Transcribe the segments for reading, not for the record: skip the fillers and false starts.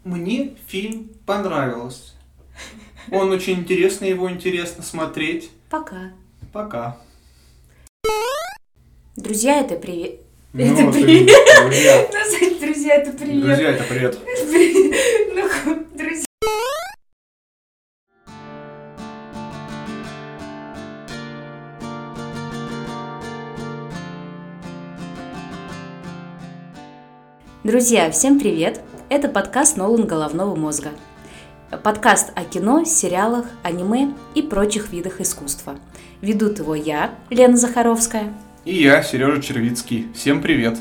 Мне фильм понравился. Он очень интересный, его интересно смотреть. Пока. Пока. Друзья, это привет. Ну, привет. Друзья. Друзья, это привет. Друзья, это привет. Ну, друзья. Друзья, всем привет! Это подкаст «Нолан головного мозга». Подкаст о кино, сериалах, аниме и прочих видах искусства. Ведут его я, Лена Захаровская. И я, Сережа Червицкий. Всем привет.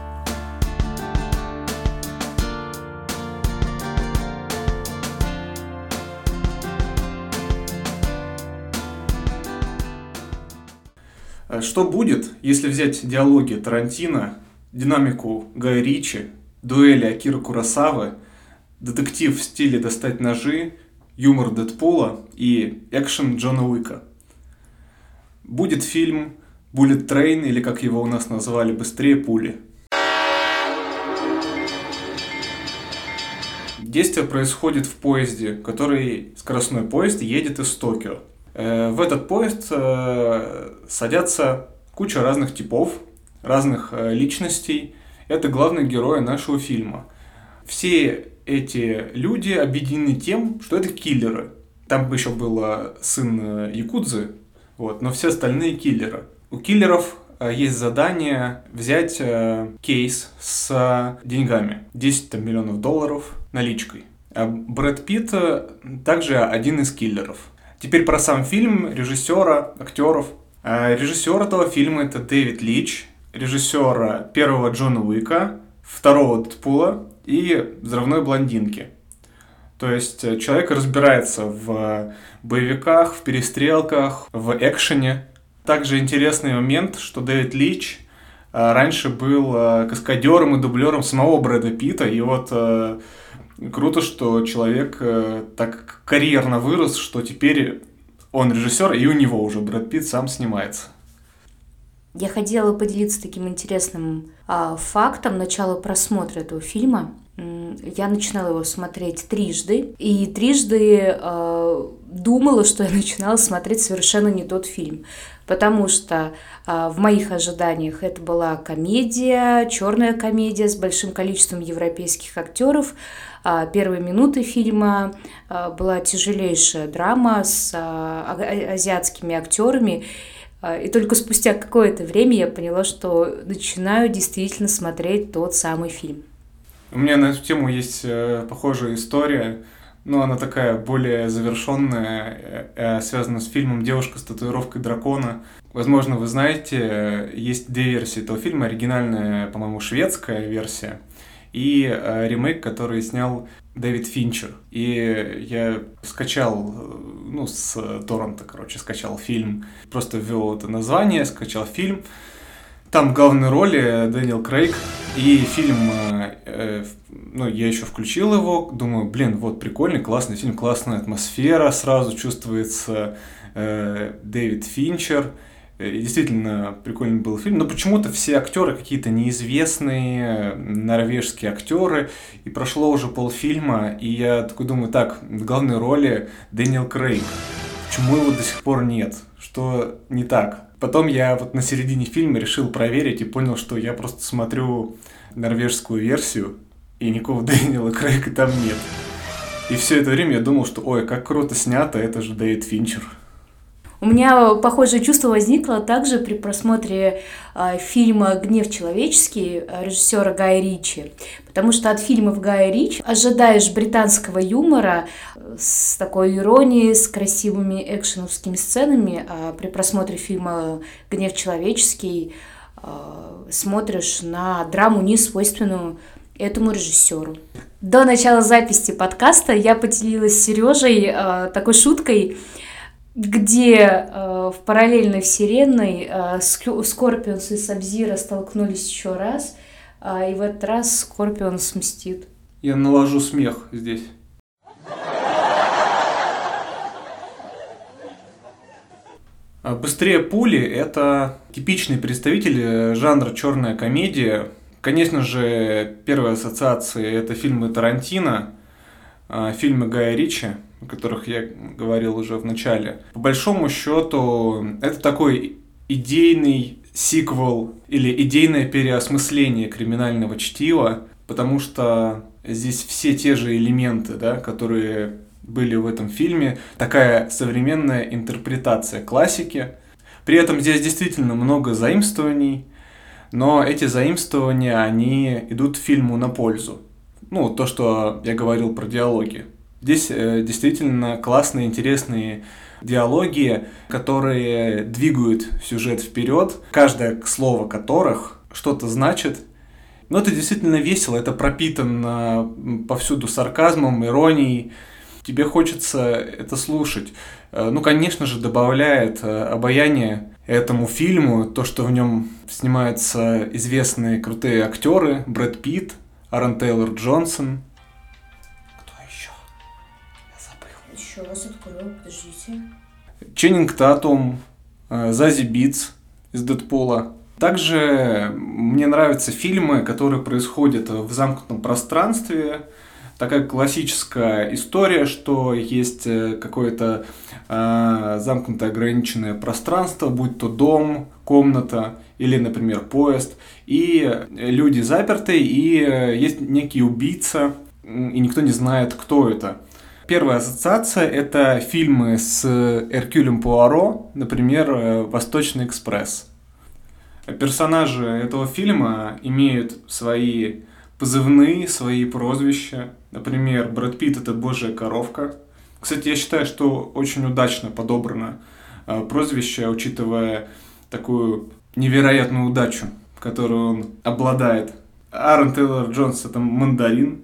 Что будет, если взять диалоги Тарантино, динамику Гая Ричи, дуэли Акиры Куросавы, детектив в стиле «Достать ножи», юмор Дэдпула и экшен Джона Уика? Будет фильм «Bullet Train», или, как его у нас назвали, «Быстрее пули». Действие происходит в поезде, который, скоростной поезд, едет из Токио. В этот поезд садятся куча разных типов, разных личностей. Это главные герои нашего фильма. Все эти люди объединены тем, что это киллеры. Там еще был сын якудзы, но все остальные киллеры. У киллеров есть задание взять кейс с деньгами. 10 миллионов долларов наличкой. А Брэд Питт также один из киллеров. Теперь про сам фильм, режиссера, актеров. Режиссер этого фильма — это Дэвид Лич, режиссер первого Джона Уика, второго Дэдпула и «Взрывной блондинки». То есть человек разбирается в боевиках, в перестрелках, в экшене. Также интересный момент, что Дэвид Лич раньше был каскадером и дублером самого Брэда Питта, и круто, что человек так карьерно вырос, что теперь он режиссер, и у него уже Брэд Питт сам снимается. Я хотела поделиться таким интересным фактом начала просмотра этого фильма. Я начинала его смотреть трижды, и трижды думала, что я начинала смотреть совершенно не тот фильм, потому что в моих ожиданиях это была комедия, черная комедия с большим количеством европейских актеров. Первые минуты фильма была тяжелейшая драма с азиатскими актерами. И только спустя какое-то время я поняла, что начинаю действительно смотреть тот самый фильм. У меня на эту тему есть похожая история, но она такая более завершенная, связана с фильмом «Девушка с татуировкой дракона». Возможно, вы знаете, есть две версии этого фильма. Оригинальная, по-моему, шведская версия и ремейк, который снял Дэвид Финчер. И я скачал, с торрента, скачал фильм. Просто ввел это название, скачал фильм. Там в главной роли Дэниел Крейг. И фильм, я еще включил его, думаю, прикольный, классный фильм, классная атмосфера, сразу чувствуется Дэвид Финчер. И действительно прикольный был фильм, но почему-то все актеры какие-то неизвестные, норвежские актеры, и прошло уже полфильма, и я такой думаю, в главной роли Дэниел Крейг, почему его до сих пор нет, что не так? Потом я на середине фильма решил проверить и понял, что я просто смотрю норвежскую версию, и никакого Дэниела Крейга там нет. И все это время я думал, что как круто снято, это же Дэвид Финчер. У меня похожее чувство возникло также при просмотре фильма «Гнев человеческий» режиссера Гая Ричи. Потому что от фильмов Гая Ричи ожидаешь британского юмора с такой иронией, с красивыми экшеновскими сценами, а при просмотре фильма «Гнев человеческий» смотришь на драму, не свойственную этому режиссеру. До начала записи подкаста я поделилась с Сережей такой шуткой, где в параллельной вселенной Скорпионс и Саб-Зиро столкнулись еще раз, и в этот раз Скорпионс мстит. Я наложу смех здесь. «Быстрее пули» — это типичный представитель жанра черная комедия. Конечно же, первые ассоциации — это фильмы Тарантино. фильмы Гая Ричи, о которых я говорил уже в начале, по большому счету, это такой идейный сиквел или идейное переосмысление криминального чтива, потому что здесь все те же элементы, да, которые были в этом фильме, такая современная интерпретация классики. При этом здесь действительно много заимствований, но эти заимствования, они идут фильму на пользу. Ну, то, что я говорил про диалоги. Здесь действительно классные, интересные диалоги, которые двигают сюжет вперед, каждое слово которых что-то значит. Но это действительно весело, это пропитано повсюду сарказмом, иронией. Тебе хочется это слушать. Ну, конечно же, добавляет обаяние этому фильму то, что в нем снимаются известные крутые актеры: Брэд Питт, Аарон Тейлор Джонсон. Кто еще? Я забыл. Еще раз открою, подождите. Ченнинг Татум, Зази Битц из Дэдпула. Также мне нравятся фильмы, которые происходят в замкнутом пространстве. Такая классическая история, что есть какое-то замкнутое ограниченное пространство, будь то дом, комната или, например, поезд. И люди заперты, и есть некий убийца, и никто не знает, кто это. Первая ассоциация – это фильмы с Эркюлем Пуаро, например, «Восточный экспресс». Персонажи этого фильма имеют свои позывные, свои прозвища. Например, Брэд Питт – это «Божья коровка». Кстати, я считаю, что очень удачно подобрано прозвище, учитывая такую невероятную удачу, которую он обладает. Аарон Тейлор Джонс – это «Мандарин».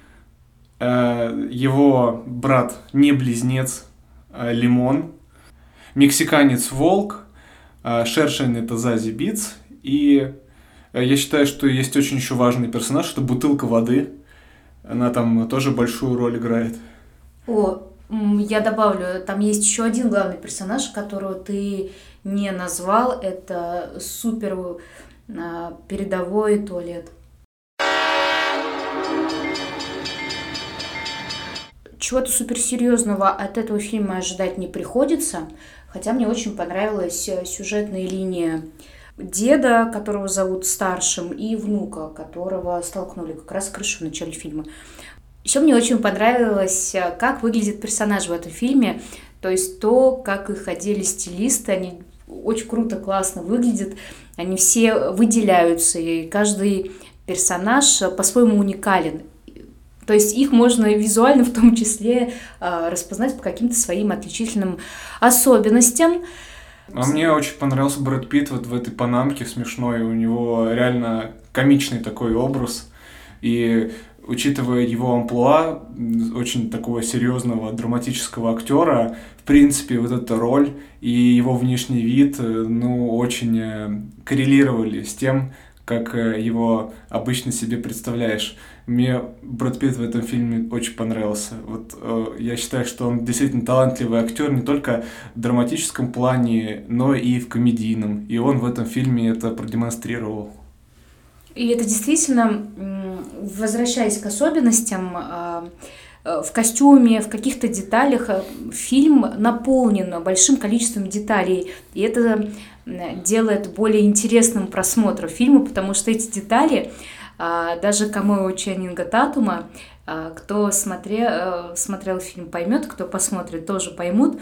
Его брат не близнец, Лимон. Мексиканец Волк. Шершень – это Зази Битц. И я считаю, что есть очень еще важный персонаж, это бутылка воды. Она там тоже большую роль играет. Я добавлю, там есть еще один главный персонаж, которого ты не назвал. Это супер передовой туалет. Чего-то суперсерьезного от этого фильма ожидать не приходится, хотя мне очень понравилась сюжетная линия деда, которого зовут Старшим, и внука, которого столкнули как раз с крышей в начале фильма. Еще мне очень понравилось, как выглядит персонаж в этом фильме, то есть то, как их одели стилисты, они очень круто, классно выглядят, они все выделяются, и каждый персонаж по-своему уникален. То есть их можно визуально в том числе распознать по каким-то своим отличительным особенностям. А мне очень понравился Брэд Питт вот в этой панамке смешной. У него реально комичный такой образ. И учитывая его амплуа, очень такого серьезного драматического актера, в принципе, вот эта роль и его внешний вид, очень коррелировали с тем, как его обычно себе представляешь. Мне Брэд Питт в этом фильме очень понравился. Я считаю, что он действительно талантливый актер не только в драматическом плане, но и в комедийном. И он в этом фильме это продемонстрировал. И это действительно, возвращаясь к особенностям, в костюме, в каких-то деталях, фильм наполнен большим количеством деталей. И это делает более интересным просмотр фильма, потому что эти детали, даже камео Ченнинга Татума, кто смотрел фильм, поймет, кто посмотрит, тоже поймут.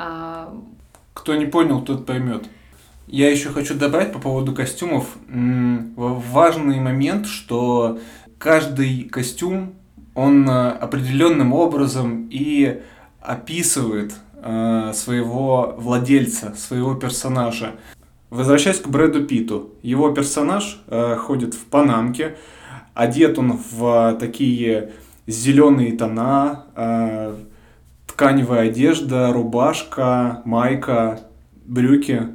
Кто не понял, тот поймет. Я еще хочу добавить по поводу костюмов. Важный момент, что каждый костюм, он определенным образом и описывает своего владельца, своего персонажа. Возвращаясь к Брэду Питту, его персонаж ходит в панамке, одет он в такие зеленые тона, тканевая одежда, рубашка, майка, брюки.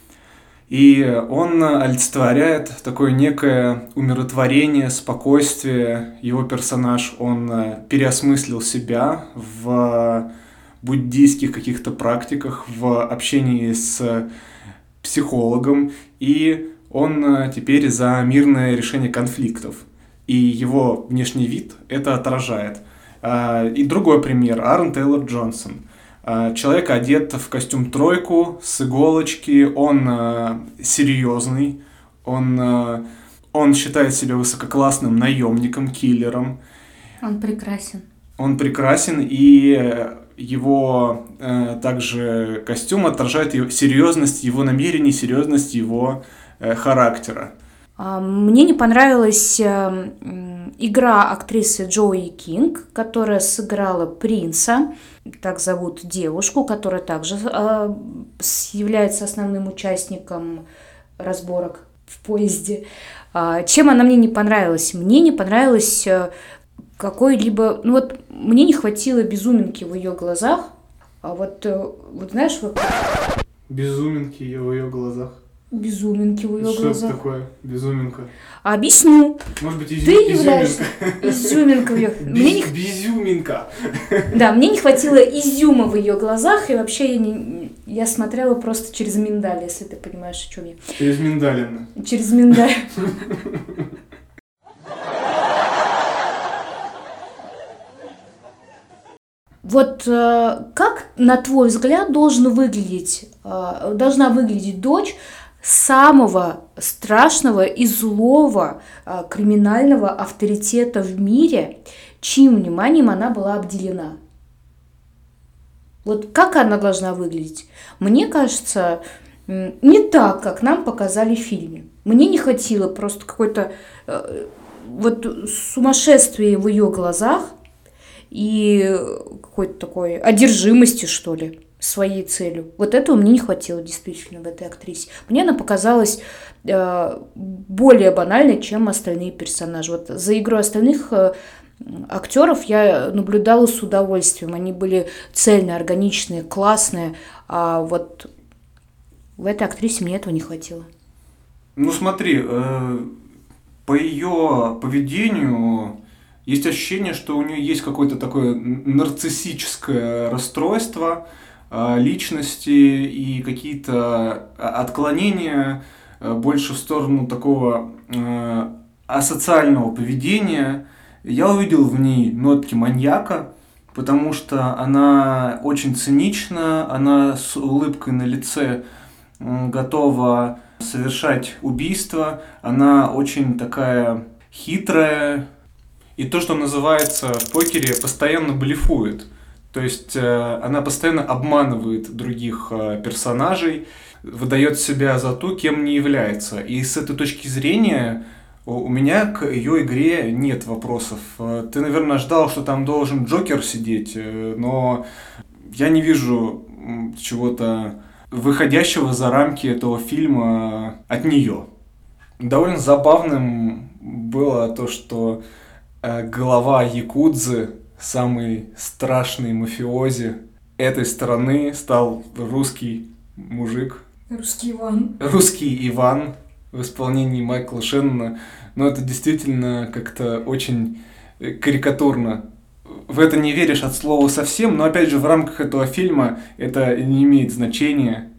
И он олицетворяет такое некое умиротворение, спокойствие. Его персонаж, он переосмыслил себя в буддийских каких-то практиках, в общении с психологом, и он теперь за мирное решение конфликтов. И его внешний вид это отражает. И другой пример. Аарон Тейлор Джонсон. Человек одет в костюм тройку с иголочки, он серьезный, он считает себя высококлассным наемником, киллером. Он прекрасен. Он прекрасен, и его также костюм отражает серьезность его намерений, серьезность его характера. Мне не понравилась игра актрисы Джои Кинг, которая сыграла принца, так зовут девушку, которая также является основным участником разборок в поезде. Чем она мне не понравилась? Мне не понравилось какой-либо... мне не хватило безуминки в ее глазах. Знаешь, Безуминки в ее глазах. Безуминки в ее глазах. Что это такое безуминка? Объясню. Может быть, Ты являешься изюминка в ее... Безуминка. Да, мне не хватило изюма в ее глазах, и вообще я смотрела просто через миндаль, если ты понимаешь, о чем я. Через миндалин. Через миндаль. Как, на твой взгляд, должна выглядеть дочь самого страшного и злого криминального авторитета в мире, чьим вниманием она была обделена? Как она должна выглядеть? Мне кажется, не так, как нам показали в фильме. Мне не хватило просто какой-то сумасшествия в ее глазах и какой-то такой одержимости, что ли, своей целью. Этого мне не хватило действительно в этой актрисе. Мне она показалась более банальной, чем остальные персонажи. За игрой остальных актеров я наблюдала с удовольствием. Они были цельные, органичные, классные. А в этой актрисе мне этого не хватило. Смотри, по ее поведению есть ощущение, что у нее есть какое-то такое нарциссическое расстройство личности и какие-то отклонения больше в сторону такого асоциального поведения. Я увидел в ней нотки маньяка, потому что она очень цинична, она с улыбкой на лице готова совершать убийства, она очень такая хитрая. И то, что называется в покере, постоянно блефует. То есть она постоянно обманывает других персонажей, выдает себя за ту, кем не является. И с этой точки зрения у меня к ее игре нет вопросов. Ты, наверное, ждал, что там должен Джокер сидеть, но я не вижу чего-то выходящего за рамки этого фильма от нее. Довольно забавным было то, что глава якудзы, самый страшный мафиози этой страны, стал русский мужик. Русский Иван. Русский Иван в исполнении Майкла Шеннона. Но это действительно как-то очень карикатурно. В это не веришь от слова совсем, но опять же в рамках этого фильма это не имеет значения.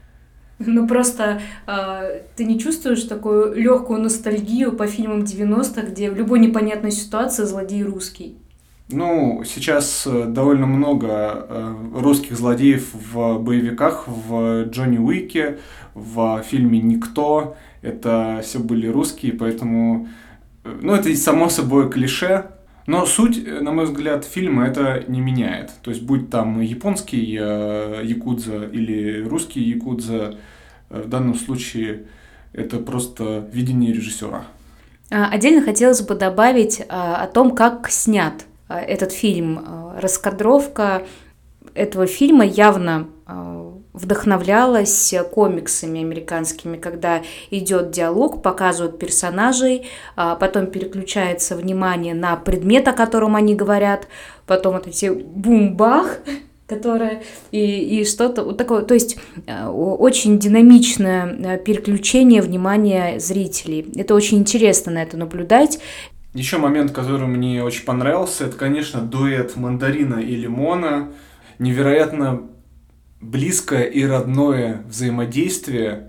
Просто ты не чувствуешь такую легкую ностальгию по фильмам 90-х, где в любой непонятной ситуации злодей русский? Сейчас довольно много русских злодеев в боевиках, в Джонни Уике, в фильме «Никто». Это все были русские, поэтому... это само собой клише, но суть, на мой взгляд, фильма это не меняет. То есть, будь там японский якудза или русский якудза, в данном случае это просто видение режиссера. Отдельно хотелось бы добавить о том, как снят этот фильм. Раскадровка этого фильма явно вдохновлялась комиксами американскими, когда идет диалог, показывают персонажей, потом переключается внимание на предмет, о котором они говорят, потом эти бум-бах, которое и что-то вот такое, то есть очень динамичное переключение внимания зрителей. Это очень интересно на это наблюдать. Еще момент, который мне очень понравился, это, конечно, дуэт мандарина и лимона. Невероятно близкое и родное взаимодействие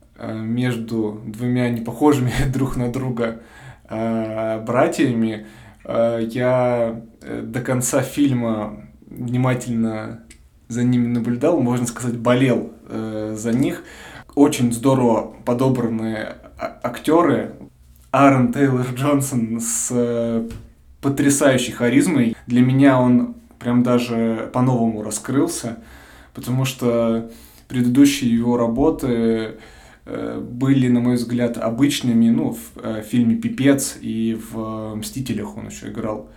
между двумя непохожими друг на друга братьями. Я до конца фильма внимательно за ними наблюдал, можно сказать, болел за них. Очень здорово подобранные актеры. Аарон Тейлор Джонсон с потрясающей харизмой. Для меня он прям даже по-новому раскрылся, потому что предыдущие его работы были, на мой взгляд, обычными. В фильме «Пипец» и в «Мстителях» он еще играл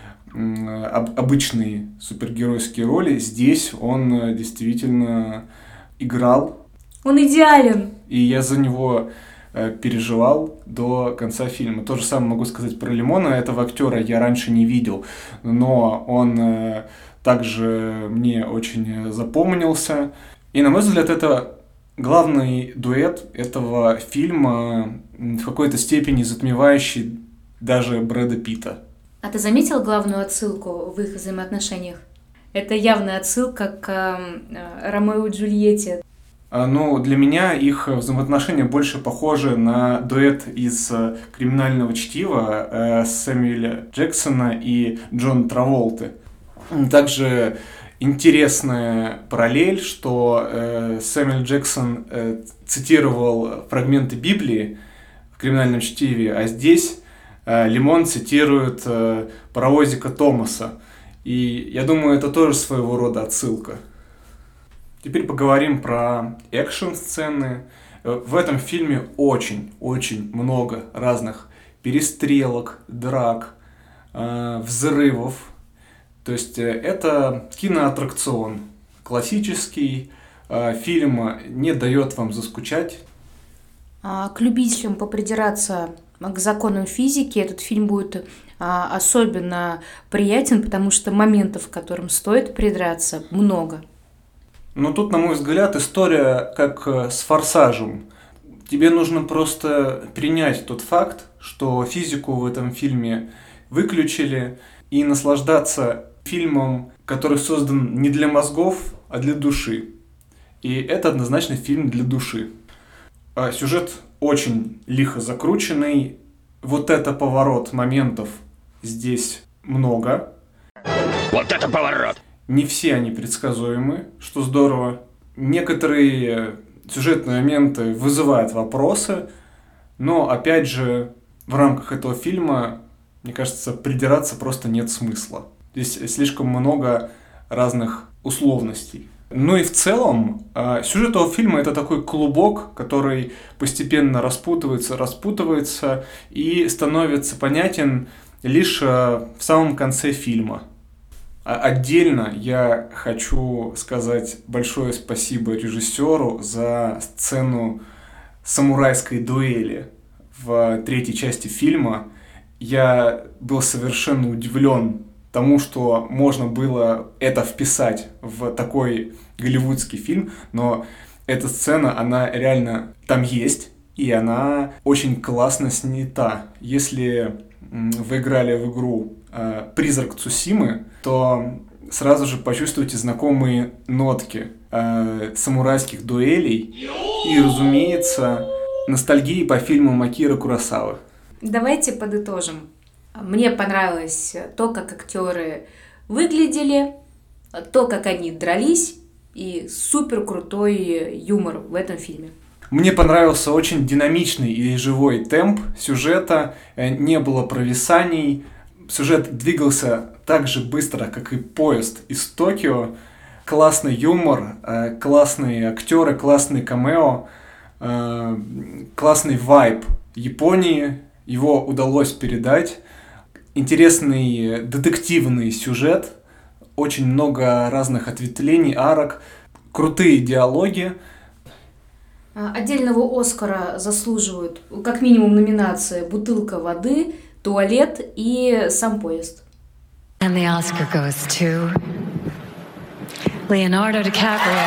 обычные супергеройские роли. Здесь он действительно играл. Он идеален. И я за него переживал до конца фильма. То же самое могу сказать про Лимона. Этого актера я раньше не видел, но он также мне очень запомнился. И, на мой взгляд, это главный дуэт этого фильма, в какой-то степени затмевающий даже Брэда Питта. А ты заметил главную отсылку в их взаимоотношениях? Это явная отсылка к Ромео и Джульетте. Для меня их взаимоотношения больше похожи на дуэт из «Криминального чтива» Сэмюэля Джексона и Джона Траволты. Также интересная параллель, что Сэмюэл Джексон цитировал фрагменты Библии в «Криминальном чтиве», а здесь Лимон цитирует паровозика Томаса. И я думаю, это тоже своего рода отсылка. Теперь поговорим про экшн-сцены. В этом фильме очень много разных перестрелок, драк, взрывов. То есть это киноаттракцион классический. Фильм не дает вам заскучать. К любителям попридираться к законам физики этот фильм будет особенно приятен, потому что моментов, к которым стоит придраться, много. Но тут, на мой взгляд, история как с «Форсажем». Тебе нужно просто принять тот факт, что физику в этом фильме выключили, и наслаждаться фильмом, который создан не для мозгов, а для души. И это однозначно фильм для души. Сюжет очень лихо закрученный. Вот это поворот моментов здесь много. Вот это поворот! Не все они предсказуемы, что здорово. Некоторые сюжетные моменты вызывают вопросы, но, опять же, в рамках этого фильма, мне кажется, придираться просто нет смысла. Здесь слишком много разных условностей. И в целом, сюжет этого фильма – это такой клубок, который постепенно распутывается и становится понятен лишь в самом конце фильма. Отдельно я хочу сказать большое спасибо режиссеру за сцену самурайской дуэли в третьей части фильма. Я был совершенно удивлен тому, что можно было это вписать в такой голливудский фильм, но эта сцена, она реально там есть, и она очень классно снята. Если вы играли в игру «Призрак Цусимы», то сразу же почувствуете знакомые нотки самурайских дуэлей и, разумеется, ностальгии по фильмам Акиры Куросавы. Давайте подытожим. Мне понравилось то, как актеры выглядели, то, как они дрались, и супер крутой юмор в этом фильме. Мне понравился очень динамичный и живой темп сюжета, не было провисаний, сюжет двигался так же быстро, как и поезд из Токио. Классный юмор, классные актеры, классные камео, классный вайб Японии, его удалось передать. Интересный детективный сюжет, очень много разных ответвлений, арок, крутые диалоги. Отдельного Оскара заслуживают как минимум номинации «Бутылка воды», «Туалет» и «Сам поезд». And the Oscar goes to Leonardo DiCaprio.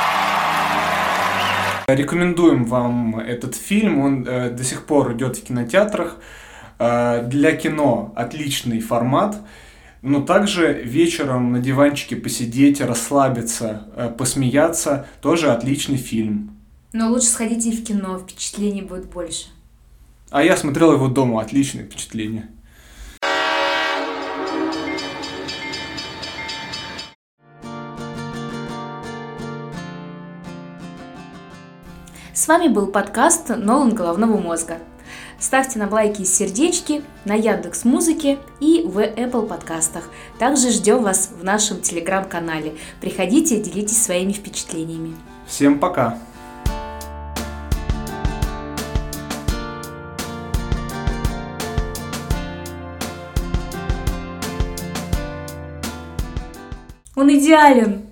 Рекомендуем вам этот фильм, он до сих пор идет в кинотеатрах. Для кино отличный формат, но также вечером на диванчике посидеть, расслабиться, посмеяться, тоже отличный фильм. Но лучше сходите в кино, впечатлений будет больше. А я смотрел его дома, отличное впечатление. С вами был подкаст «Нолан головного мозга». Ставьте нам лайки и сердечки на Яндекс.Музыке и в Apple подкастах. Также ждем вас в нашем телеграм-канале. Приходите, делитесь своими впечатлениями. Всем пока! Он идеален!